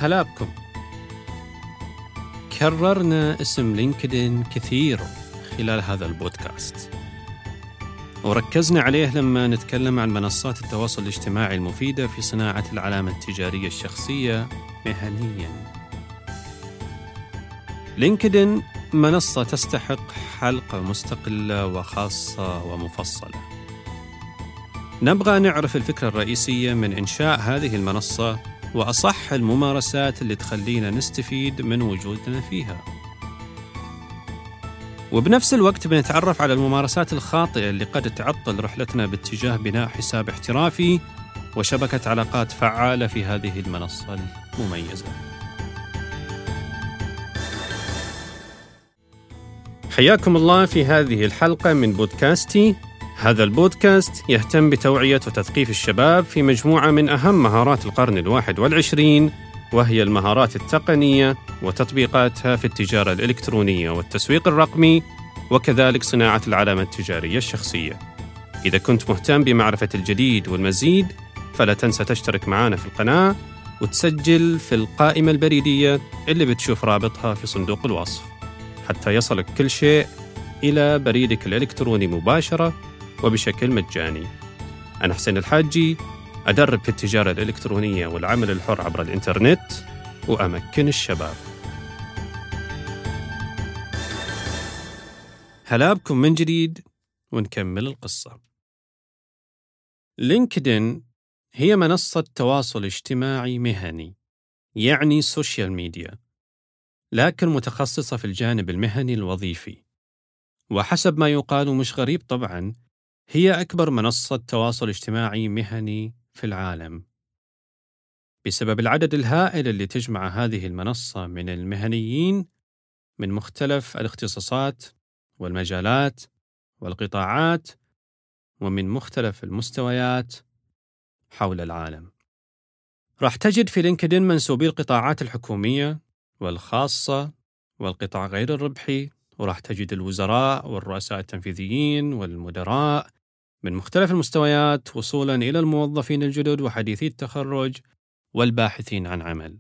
هلا بكم. كررنا اسم لينكدين كثير خلال هذا البودكاست، وركزنا عليه لما نتكلم عن منصات التواصل الاجتماعي المفيدة في صناعة العلامة التجارية الشخصية مهنياً. لينكدين منصة تستحق حلقة مستقلة وخاصة ومفصلة. نبغى نعرف الفكرة الرئيسية من إنشاء هذه المنصة وأصح الممارسات اللي تخلينا نستفيد من وجودنا فيها، وبنفس الوقت بنتعرف على الممارسات الخاطئة اللي قد تعطل رحلتنا باتجاه بناء حساب احترافي وشبكة علاقات فعالة في هذه المنصة المميزة. حياكم الله في هذه الحلقة من بودكاستي. هذا البودكاست يهتم بتوعية وتثقيف الشباب في مجموعة من أهم مهارات القرن 21، وهي المهارات التقنية وتطبيقاتها في التجارة الإلكترونية والتسويق الرقمي، وكذلك صناعة العلامة التجارية الشخصية. إذا كنت مهتم بمعرفة الجديد والمزيد، فلا تنسى تشترك معنا في القناة وتسجل في القائمة البريدية اللي بتشوف رابطها في صندوق الوصف، حتى يصلك كل شيء إلى بريدك الإلكتروني مباشرة وبشكل مجاني. أنا حسين الحاجي، أدرب في التجارة الإلكترونية والعمل الحر عبر الإنترنت، وأمكن الشباب. هلا بكم من جديد، ونكمل القصة. لينكدين هي منصة تواصل اجتماعي مهني، يعني سوشيال ميديا، لكن متخصصة في الجانب المهني الوظيفي. وحسب ما يقال، مش غريب طبعاً، هي أكبر منصة تواصل اجتماعي مهني في العالم، بسبب العدد الهائل اللي تجمع هذه المنصة من المهنيين من مختلف الاختصاصات والمجالات والقطاعات ومن مختلف المستويات حول العالم. راح تجد في لينكدين منسوبي القطاعات الحكومية والخاصة والقطاع غير الربحي، وراح تجد الوزراء والرؤساء التنفيذيين والمدراء من مختلف المستويات، وصولاً إلى الموظفين الجدد وحديثي التخرج والباحثين عن عمل.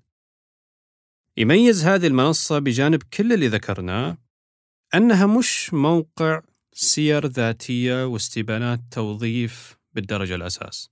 يميز هذه المنصة بجانب كل اللي ذكرناه أنها مش موقع سير ذاتية واستبانات توظيف بالدرجة الأساس،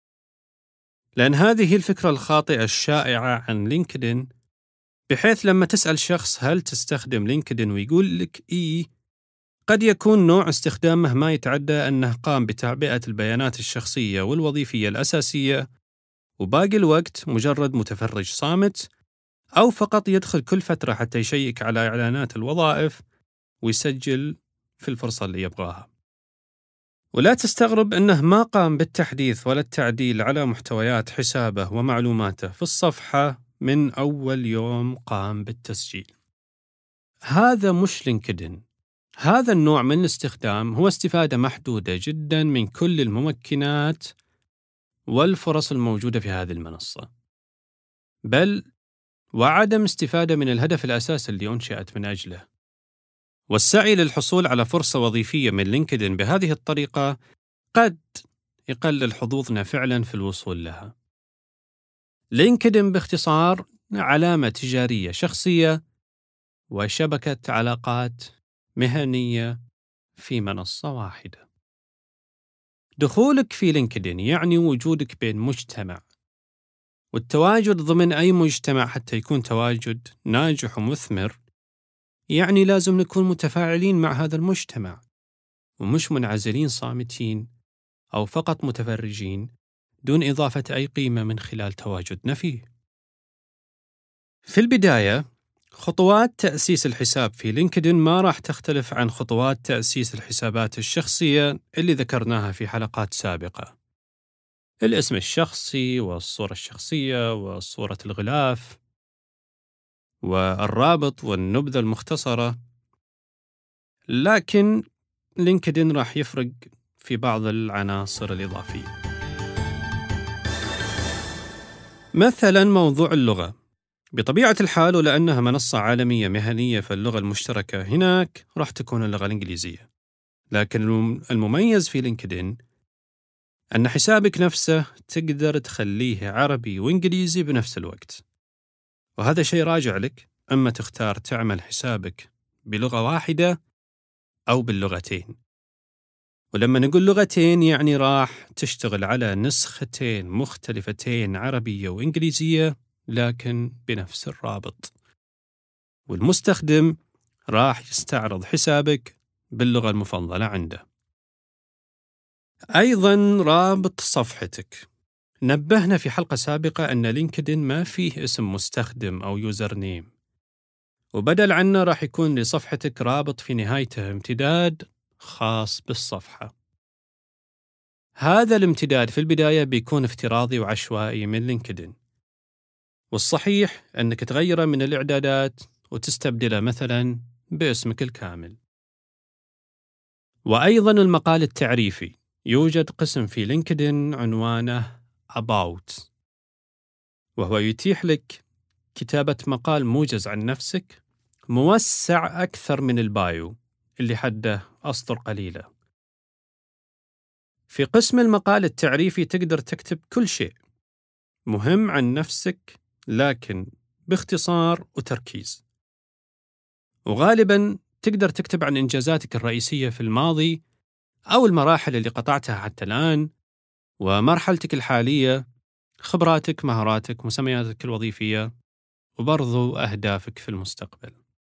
لأن هذه الفكرة الخاطئة الشائعة عن لينكدين، بحيث لما تسأل شخص هل تستخدم لينكدين ويقول لك إيه، قد يكون نوع استخدامه ما يتعدى أنه قام بتعبئة البيانات الشخصية والوظيفية الأساسية، وباقي الوقت مجرد متفرج صامت، أو فقط يدخل كل فترة حتى يشيك على إعلانات الوظائف ويسجل في الفرصة اللي يبغاها. ولا تستغرب أنه ما قام بالتحديث ولا التعديل على محتويات حسابه ومعلوماته في الصفحة من أول يوم قام بالتسجيل. هذا مش لينكدين. هذا النوع من الاستخدام هو استفادة محدودة جدا من كل الممكنات والفرص الموجودة في هذه المنصة، بل وعدم استفادة من الهدف الأساسي اللي أنشئت من أجله. والسعي للحصول على فرصة وظيفية من لينكدين بهذه الطريقة قد يقلل حظوظنا فعلا في الوصول لها. لينكدين باختصار علامة تجارية شخصية وشبكة علاقات مهنية في منصة واحدة. دخولك في لينكدين يعني وجودك بين مجتمع، والتواجد ضمن أي مجتمع حتى يكون تواجد ناجح ومثمر يعني لازم نكون متفاعلين مع هذا المجتمع، ومش منعزلين صامتين أو فقط متفرجين دون إضافة أي قيمة من خلال تواجدنا فيه. في البداية، خطوات تأسيس الحساب في لينكدين ما راح تختلف عن خطوات تأسيس الحسابات الشخصية اللي ذكرناها في حلقات سابقة: الاسم الشخصي والصورة الشخصية وصورة الغلاف والرابط والنبذة المختصرة. لكن لينكدين راح يفرق في بعض العناصر الإضافية، مثلا موضوع اللغة. بطبيعة الحال، ولأنها منصة عالمية مهنية، فاللغة المشتركة هناك راح تكون اللغة الإنجليزية. لكن المميز في لينكدين أن حسابك نفسه تقدر تخليه عربي وإنجليزي بنفس الوقت. وهذا شيء راجع لك، أما تختار تعمل حسابك بلغة واحدة أو باللغتين. ولما نقول لغتين يعني راح تشتغل على نسختين مختلفتين، عربية وإنجليزية، لكن بنفس الرابط. والمستخدم راح يستعرض حسابك باللغة المفضلة عنده. أيضاً رابط صفحتك. نبهنا في حلقة سابقة أن لينكدين ما فيه اسم مستخدم أو يوزر نيم، وبدل عنه راح يكون لصفحتك رابط في نهايته امتداد خاص بالصفحة. هذا الامتداد في البداية بيكون افتراضي وعشوائي من لينكدين، والصحيح أنك تغيره من الإعدادات وتستبدله مثلاً باسمك الكامل. وأيضاً المقال التعريفي، يوجد قسم في لينكدين عنوانه About، وهو يتيح لك كتابة مقال موجز عن نفسك موسع أكثر من البايو اللي حده أسطر قليلة. في قسم المقال التعريفي تقدر تكتب كل شيء مهم عن نفسك، لكن باختصار وتركيز. وغالباً تقدر تكتب عن إنجازاتك الرئيسية في الماضي أو المراحل اللي قطعتها حتى الآن، ومرحلتك الحالية، خبراتك، مهاراتك، مسمياتك الوظيفية، وبرضو أهدافك في المستقبل.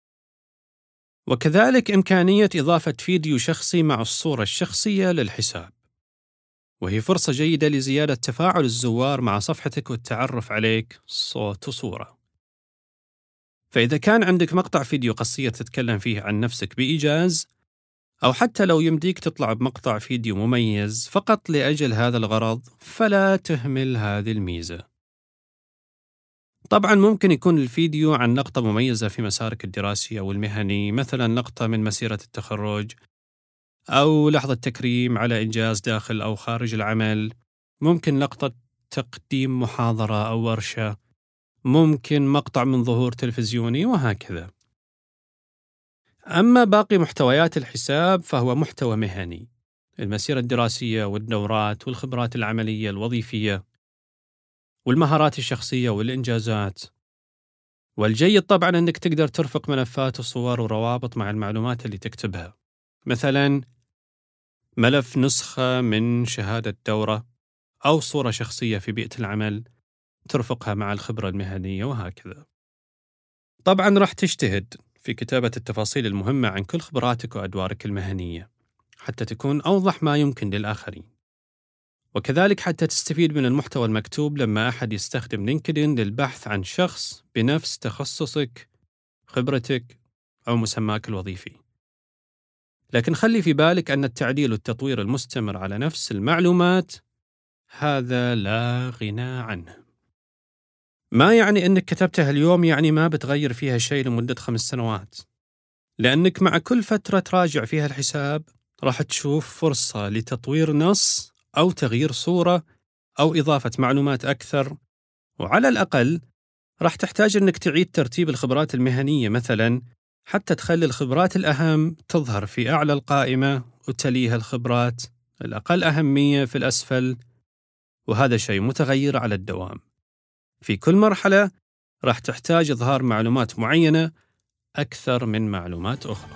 وكذلك إمكانية إضافة فيديو شخصي مع الصورة الشخصية للحساب، وهي فرصة جيدة لزيادة تفاعل الزوار مع صفحتك والتعرف عليك صوت وصورة. فإذا كان عندك مقطع فيديو قصير تتكلم فيه عن نفسك بإيجاز، أو حتى لو يمديك تطلع بمقطع فيديو مميز فقط لأجل هذا الغرض، فلا تهمل هذه الميزة. طبعاً ممكن يكون الفيديو عن لقطة مميزة في مسارك الدراسي أو المهني، مثلاً لقطة من مسيرة التخرج، أو لحظة تكريم على إنجاز داخل أو خارج العمل، ممكن لقطة تقديم محاضرة أو ورشة، ممكن مقطع من ظهور تلفزيوني، وهكذا. أما باقي محتويات الحساب فهو محتوى مهني، المسيرة الدراسية والدورات والخبرات العملية الوظيفية والمهارات الشخصية والإنجازات. والجيد طبعاً أنك تقدر ترفق ملفات وصور وروابط مع المعلومات اللي تكتبها، مثلاً ملف نسخة من شهادة دورة أو صورة شخصية في بيئة العمل ترفقها مع الخبرة المهنية، وهكذا. طبعاً راح تجتهد في كتابة التفاصيل المهمة عن كل خبراتك وأدوارك المهنية حتى تكون أوضح ما يمكن للآخرين، وكذلك حتى تستفيد من المحتوى المكتوب لما أحد يستخدم لينكدين للبحث عن شخص بنفس تخصصك، خبرتك أو مسماك الوظيفي. لكن خلي في بالك أن التعديل والتطوير المستمر على نفس المعلومات هذا لا غنى عنه. ما يعني أنك كتبتها اليوم يعني ما بتغير فيها شيء لمدة 5 سنوات، لأنك مع كل فترة تراجع فيها الحساب راح تشوف فرصة لتطوير نص أو تغيير صورة أو إضافة معلومات أكثر. وعلى الأقل راح تحتاج أنك تعيد ترتيب الخبرات المهنية مثلا حتى تخلي الخبرات الأهم تظهر في أعلى القائمة وتليها الخبرات الأقل أهمية في الأسفل، وهذا شيء متغير على الدوام. في كل مرحلة راح تحتاج إظهار معلومات معينة أكثر من معلومات أخرى.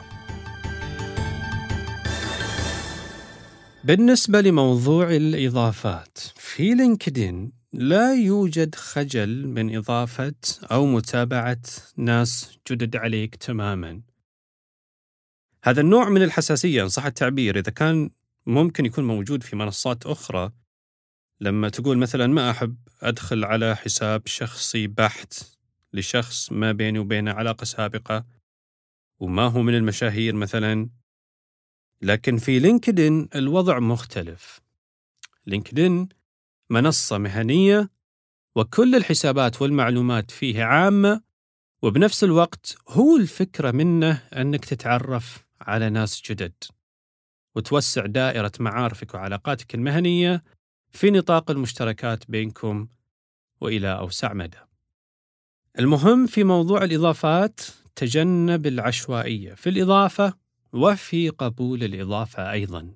بالنسبة لموضوع الإضافات في لينكدين، لا يوجد خجل من إضافة أو متابعة ناس جدد عليك تماماً. هذا النوع من الحساسية إن صح التعبير إذا كان ممكن يكون موجود في منصات أخرى، لما تقول مثلاً ما أحب أدخل على حساب شخصي بحت لشخص ما بيني وبينه علاقة سابقة وما هو من المشاهير مثلاً. لكن في لينكدين الوضع مختلف. لينكدين منصة مهنية وكل الحسابات والمعلومات فيه عامة، وبنفس الوقت هو الفكرة منه أنك تتعرف على ناس جدد وتوسع دائرة معارفك وعلاقاتك المهنية في نطاق المشتركات بينكم وإلى أوسع مدى. المهم في موضوع الإضافات تجنب العشوائية في الإضافة وفي قبول الإضافة أيضاً.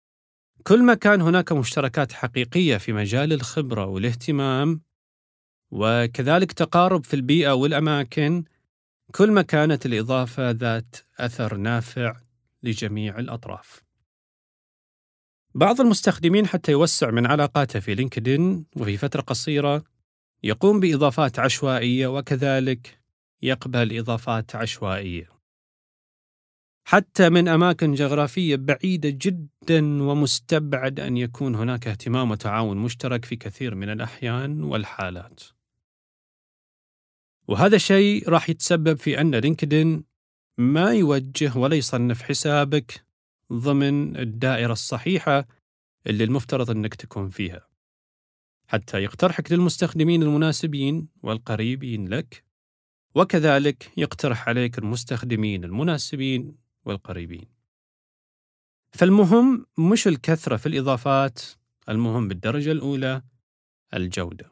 كل ما كان هناك مشتركات حقيقية في مجال الخبرة والاهتمام وكذلك تقارب في البيئة والأماكن، كل ما كانت الإضافة ذات أثر نافع لجميع الأطراف. بعض المستخدمين حتى يوسع من علاقاته في لينكدين وفي فترة قصيرة يقوم بإضافات عشوائية، وكذلك يقبل إضافات عشوائية حتى من أماكن جغرافية بعيدة جدا، ومستبعد أن يكون هناك اهتمام وتعاون مشترك في كثير من الأحيان والحالات. وهذا الشيء راح يتسبب في أن لينكدين ما يوجه ولا يصنف حسابك ضمن الدائرة الصحيحة اللي المفترض أنك تكون فيها، حتى يقترحك للمستخدمين المناسبين والقريبين لك، وكذلك يقترح عليك المستخدمين المناسبين والقريبين. فالمهم مش الكثرة في الإضافات، المهم بالدرجة الأولى الجودة.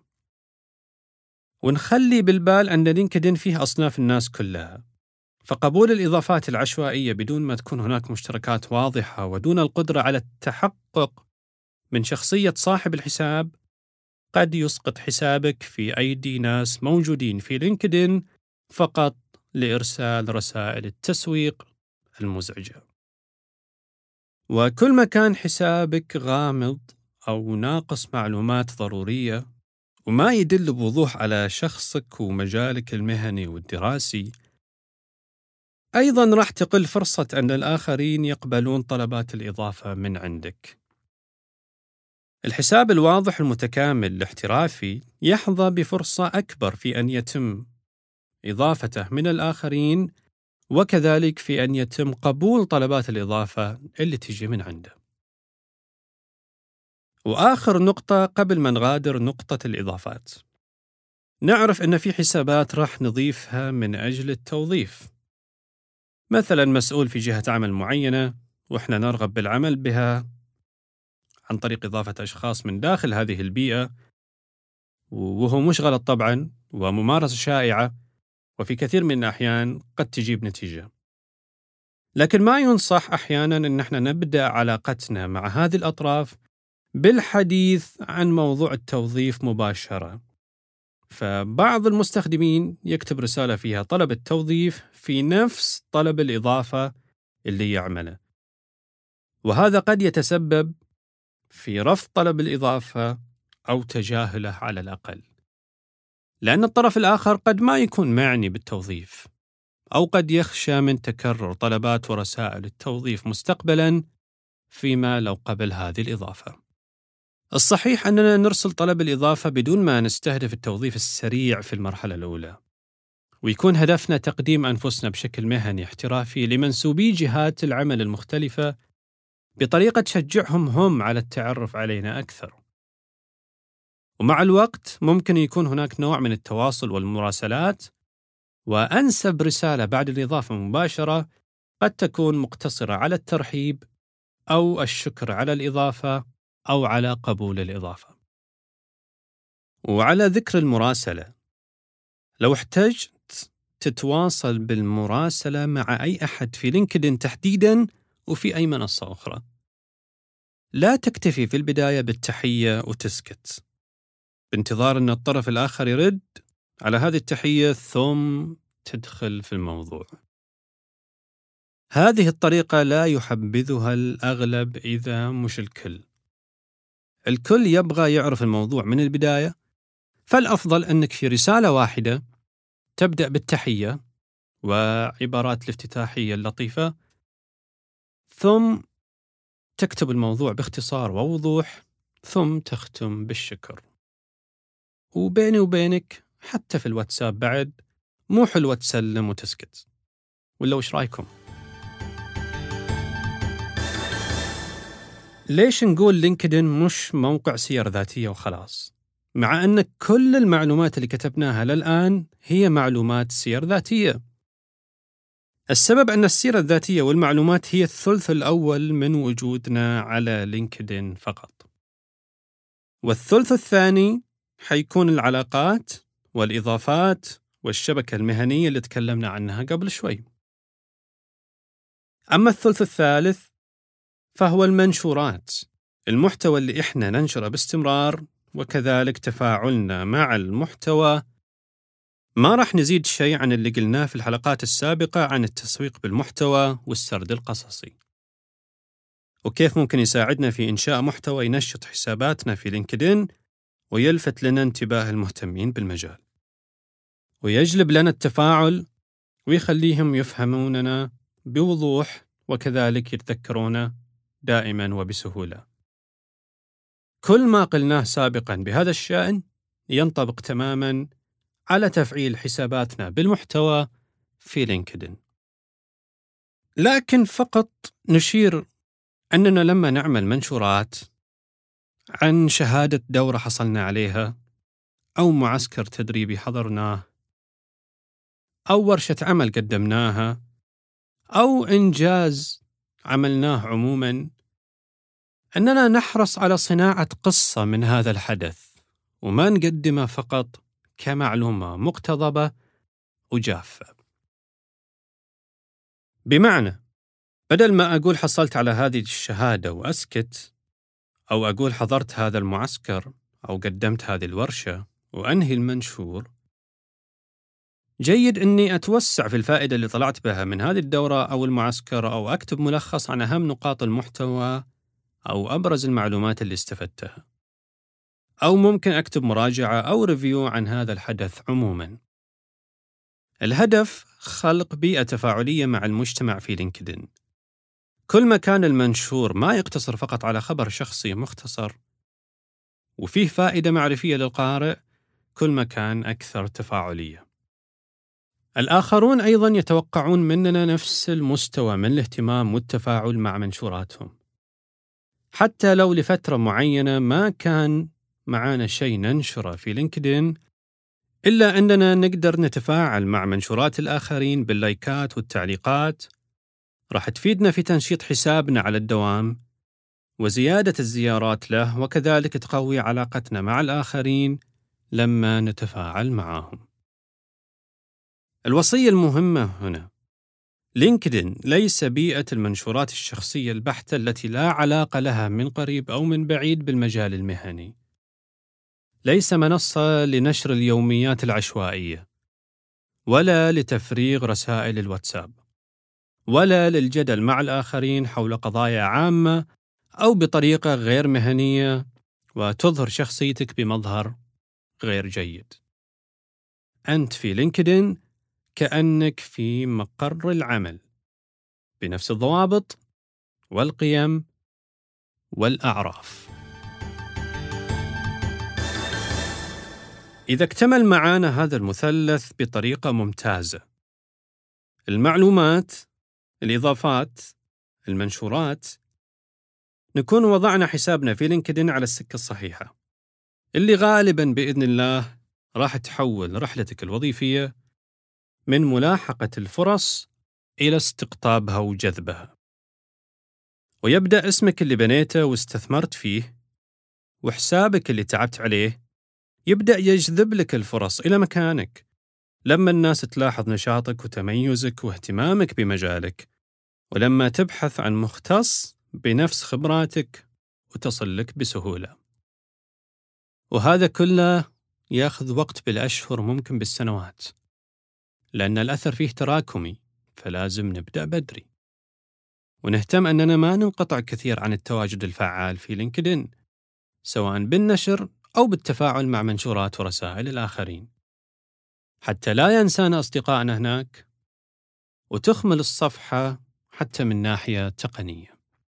ونخلي بالبال أن لينكدين فيه أصناف الناس كلها، فقبول الإضافات العشوائية بدون ما تكون هناك مشتركات واضحة ودون القدرة على التحقق من شخصية صاحب الحساب قد يسقط حسابك في أيدي ناس موجودين في لينكدين فقط لإرسال رسائل التسويق المزعجة. وكل ما كان حسابك غامض أو ناقص معلومات ضرورية وما يدل بوضوح على شخصك ومجالك المهني والدراسي، أيضاً راح تقل فرصة أن الآخرين يقبلون طلبات الإضافة من عندك. الحساب الواضح المتكامل الاحترافي يحظى بفرصة أكبر في أن يتم إضافته من الآخرين، وكذلك في أن يتم قبول طلبات الإضافة اللي تجي من عنده. وآخر نقطة قبل ما نغادر نقطة الإضافات، نعرف أن في حسابات راح نضيفها من أجل التوظيف، مثلا مسؤول في جهة عمل معينة وإحنا نرغب بالعمل بها عن طريق إضافة أشخاص من داخل هذه البيئة، وهو مش غلط طبعا وممارسة شائعة وفي كثير من الأحيان قد تجيب نتيجة. لكن ما ينصح أحيانا أن احنا نبدأ علاقتنا مع هذه الأطراف بالحديث عن موضوع التوظيف مباشرة. فبعض المستخدمين يكتب رسالة فيها طلب التوظيف في نفس طلب الإضافة اللي يعمله، وهذا قد يتسبب في رفض طلب الإضافة أو تجاهله على الأقل، لأن الطرف الآخر قد ما يكون معني بالتوظيف، أو قد يخشى من تكرر طلبات ورسائل التوظيف مستقبلاً فيما لو قبل هذه الإضافة. الصحيح أننا نرسل طلب الإضافة بدون ما نستهدف التوظيف السريع في المرحلة الأولى، ويكون هدفنا تقديم أنفسنا بشكل مهني احترافي لمنسوبي جهات العمل المختلفة بطريقة تشجعهم هم على التعرف علينا أكثر. ومع الوقت ممكن يكون هناك نوع من التواصل والمراسلات، وأنسب رسالة بعد الإضافة مباشرة قد تكون مقتصرة على الترحيب أو الشكر على الإضافة أو على قبول الإضافة. وعلى ذكر المراسلة، لو احتجت تتواصل بالمراسلة مع أي أحد في لينكدين تحديداً وفي أي منصة أخرى، لا تكتفي في البداية بالتحية وتسكت بانتظار أن الطرف الآخر يرد على هذه التحية ثم تدخل في الموضوع. هذه الطريقة لا يحبذها الأغلب إذا مش الكل. الكل يبغى يعرف الموضوع من البداية، فالأفضل أنك في رسالة واحدة تبدأ بالتحية وعبارات الافتتاحية اللطيفة، ثم تكتب الموضوع باختصار ووضوح، ثم تختم بالشكر. وبيني وبينك حتى في الواتساب بعد مو حلوة تسلم وتسكت، ولا وش رأيكم؟ ليش نقول لينكدين مش موقع سير ذاتية وخلاص، مع أن كل المعلومات اللي كتبناها للآن هي معلومات سير ذاتية؟ السبب أن السيرة الذاتية والمعلومات هي الثلث الأول من وجودنا على لينكدين فقط، والثلث الثاني حيكون العلاقات والإضافات والشبكة المهنية اللي تكلمنا عنها قبل شوي. أما الثلث الثالث فهو المنشورات، المحتوى اللي إحنا ننشره باستمرار وكذلك تفاعلنا مع المحتوى، ما راح نزيد شيء عن اللي قلناه في الحلقات السابقة عن التسويق بالمحتوى والسرد القصصي، وكيف ممكن يساعدنا في إنشاء محتوى ينشط حساباتنا في لينكدين ويلفت لنا انتباه المهتمين بالمجال، ويجلب لنا التفاعل ويخليهم يفهموننا بوضوح، وكذلك يتذكرونه دائما وبسهولة. كل ما قلناه سابقا بهذا الشأن ينطبق تماما على تفعيل حساباتنا بالمحتوى في لينكدين. لكن فقط نشير أننا لما نعمل منشورات عن شهادة دورة حصلنا عليها، أو معسكر تدريبي حضرناه، أو ورشة عمل قدمناها، أو إنجاز عملناه عموما، أننا نحرص على صناعة قصة من هذا الحدث، وما نقدمه فقط كمعلومة مقتضبة وجافة. بمعنى، بدل ما أقول حصلت على هذه الشهادة وأسكت، أو أقول حضرت هذا المعسكر أو قدمت هذه الورشة وأنهي المنشور، جيد أني أتوسع في الفائدة اللي طلعت بها من هذه الدورة أو المعسكر، أو أكتب ملخص عن أهم نقاط المحتوى أو أبرز المعلومات اللي استفدتها، أو ممكن أكتب مراجعة أو ريفيو عن هذا الحدث عموما. الهدف خلق بيئة تفاعلية مع المجتمع في لينكدين. كل ما كان المنشور ما يقتصر فقط على خبر شخصي مختصر وفيه فائدة معرفية للقارئ، كل ما كان أكثر تفاعلية. الآخرون أيضا يتوقعون مننا نفس المستوى من الاهتمام والتفاعل مع منشوراتهم، حتى لو لفترة معينة ما كان معانا شيء ننشره في لينكدين، إلا أننا نقدر نتفاعل مع منشورات الآخرين باللايكات والتعليقات. راح تفيدنا في تنشيط حسابنا على الدوام وزيادة الزيارات له، وكذلك تقوي علاقتنا مع الآخرين لما نتفاعل معهم. الوصية المهمة هنا: لينكدين ليس بيئة المنشورات الشخصية البحتة التي لا علاقة لها من قريب أو من بعيد بالمجال المهني. ليس منصة لنشر اليوميات العشوائية، ولا لتفريغ رسائل الواتساب، ولا للجدل مع الآخرين حول قضايا عامة أو بطريقة غير مهنية وتظهر شخصيتك بمظهر غير جيد. أنت في لينكدين كأنك في مقر العمل بنفس الضوابط والقيم والأعراف. إذا اكتمل معانا هذا المثلث بطريقة ممتازة: المعلومات، الإضافات، المنشورات، نكون وضعنا حسابنا في لينكدين على السكة الصحيحة، اللي غالباً بإذن الله راح تحول رحلتك الوظيفية من ملاحقة الفرص إلى استقطابها وجذبها، ويبدأ اسمك اللي بنيته واستثمرت فيه وحسابك اللي تعبت عليه يبدأ يجذب لك الفرص إلى مكانك، لما الناس تلاحظ نشاطك وتميزك واهتمامك بمجالك، ولما تبحث عن مختص بنفس خبراتك وتصل لك بسهولة. وهذا كله ياخذ وقت بالأشهر، ممكن بالسنوات، لأن الأثر فيه تراكمي، فلازم نبدأ بدري ونهتم أننا ما ننقطع كثير عن التواجد الفعال في لينكدين، سواء بالنشر أو بالتفاعل مع منشورات ورسائل الآخرين، حتى لا ينسانا أصدقائنا هناك وتخمل الصفحة حتى من ناحية تقنية.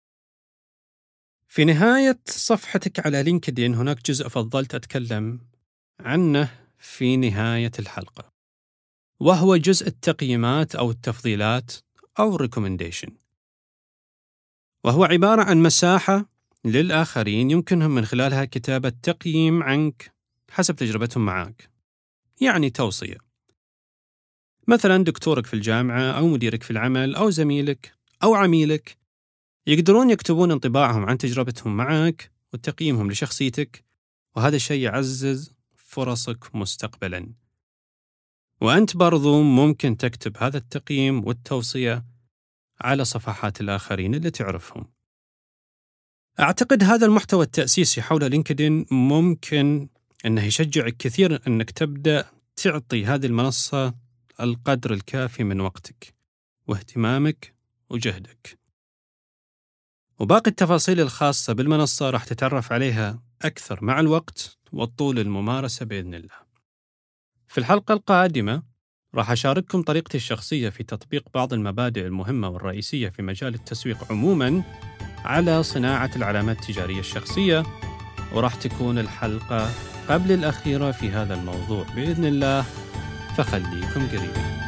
في نهاية صفحتك على لينكدين هناك جزء فضلت أتكلم عنه في نهاية الحلقة، وهو جزء التقييمات أو التفضيلات أو recommendation، وهو عبارة عن مساحة للآخرين يمكنهم من خلالها كتابة تقييم عنك حسب تجربتهم معك، يعني توصية. مثلا دكتورك في الجامعة أو مديرك في العمل أو زميلك أو عميلك يقدرون يكتبون انطباعهم عن تجربتهم معك وتقييمهم لشخصيتك، وهذا الشيء يعزز فرصك مستقبلا. وأنت برضو ممكن تكتب هذا التقييم والتوصية على صفحات الآخرين اللي تعرفهم. أعتقد هذا المحتوى التأسيسي حول لينكدين ممكن أنه يشجعك كثير أنك تبدأ تعطي هذه المنصة القدر الكافي من وقتك واهتمامك وجهدك. وباقي التفاصيل الخاصة بالمنصة راح تتعرف عليها أكثر مع الوقت وطول الممارسة بإذن الله. في الحلقة القادمة راح أشارككم طريقتي الشخصية في تطبيق بعض المبادئ المهمة والرئيسية في مجال التسويق عموماً على صناعة العلامات التجارية الشخصية، وراح تكون الحلقة قبل الأخيرة في هذا الموضوع بإذن الله، فخليكم قريبين.